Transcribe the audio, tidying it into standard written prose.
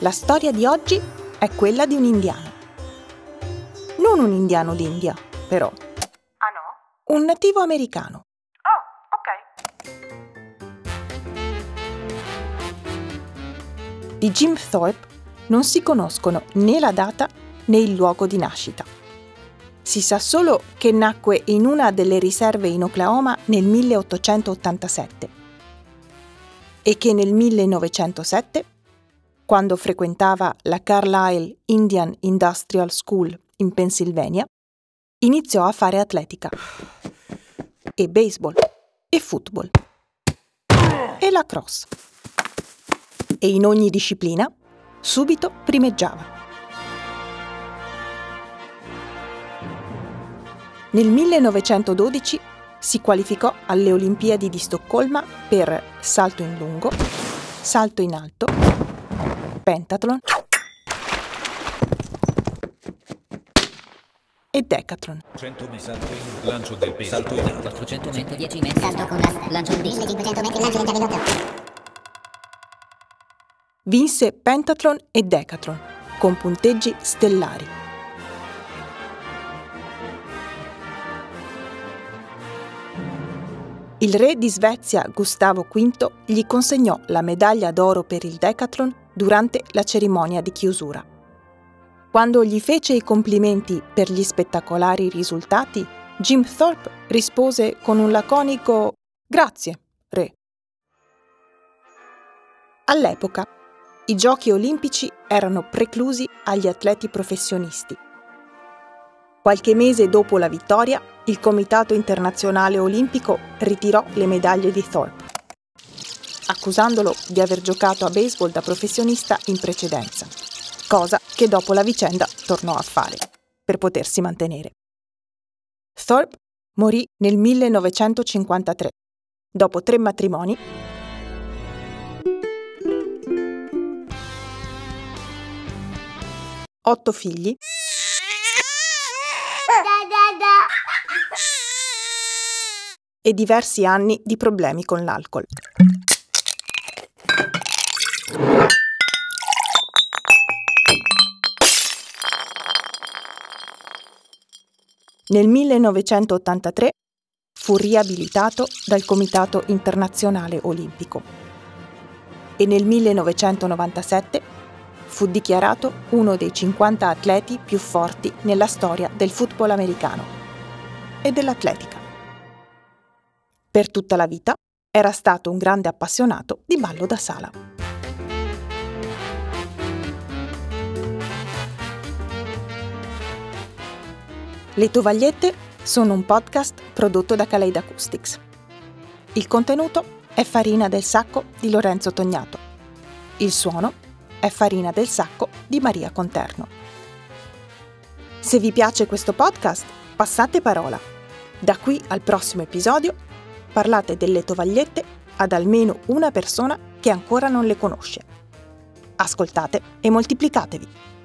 La storia di oggi è quella di un indiano. Non un indiano d'India, però. Ah no? Un nativo americano. Ok. Di Jim Thorpe non si conoscono né la data né il luogo di nascita. Si sa solo che nacque in una delle riserve in Oklahoma nel 1887 e che nel 1907, quando frequentava la Carlisle Indian Industrial School in Pennsylvania, iniziò a fare atletica e baseball e football e lacrosse. E in ogni disciplina subito primeggiava. Nel 1912 si qualificò alle Olimpiadi di Stoccolma per salto in lungo, salto in alto, pentathlon e decathlon. 100 di salto in lancio del peso. Salto in alto. 400 metri, 10 metri, salto con l'asta, lancio in disco, 1500 metri, lancio in javelotto. Vinse pentathlon e decathlon con punteggi stellari. Il re di Svezia Gustavo V gli consegnò la medaglia d'oro per il decathlon durante la cerimonia di chiusura. Quando gli fece i complimenti per gli spettacolari risultati, Jim Thorpe rispose con un laconico «Grazie, re». All'epoca, i Giochi olimpici erano preclusi agli atleti professionisti. Qualche mese dopo la vittoria, il Comitato Internazionale Olimpico ritirò le medaglie di Thorpe, accusandolo di aver giocato a baseball da professionista in precedenza, cosa che dopo la vicenda tornò a fare, per potersi mantenere. Thorpe morì nel 1953, dopo 3 matrimoni, 8 figli e diversi anni di problemi con l'alcol. Nel 1983 fu riabilitato dal Comitato Internazionale Olimpico e nel 1997 fu dichiarato uno dei 50 atleti più forti nella storia del football americano e dell'atletica. Per tutta la vita era stato un grande appassionato di ballo da sala. Le Tovagliette sono un podcast prodotto da Kaleid Acoustics. Il contenuto è Farina del Sacco di Lorenzo Tognato. Il suono è Farina del Sacco di Maria Conterno. Se vi piace questo podcast, passate parola. Da qui al prossimo episodio parlate delle Tovagliette ad almeno una persona che ancora non le conosce. Ascoltate e moltiplicatevi.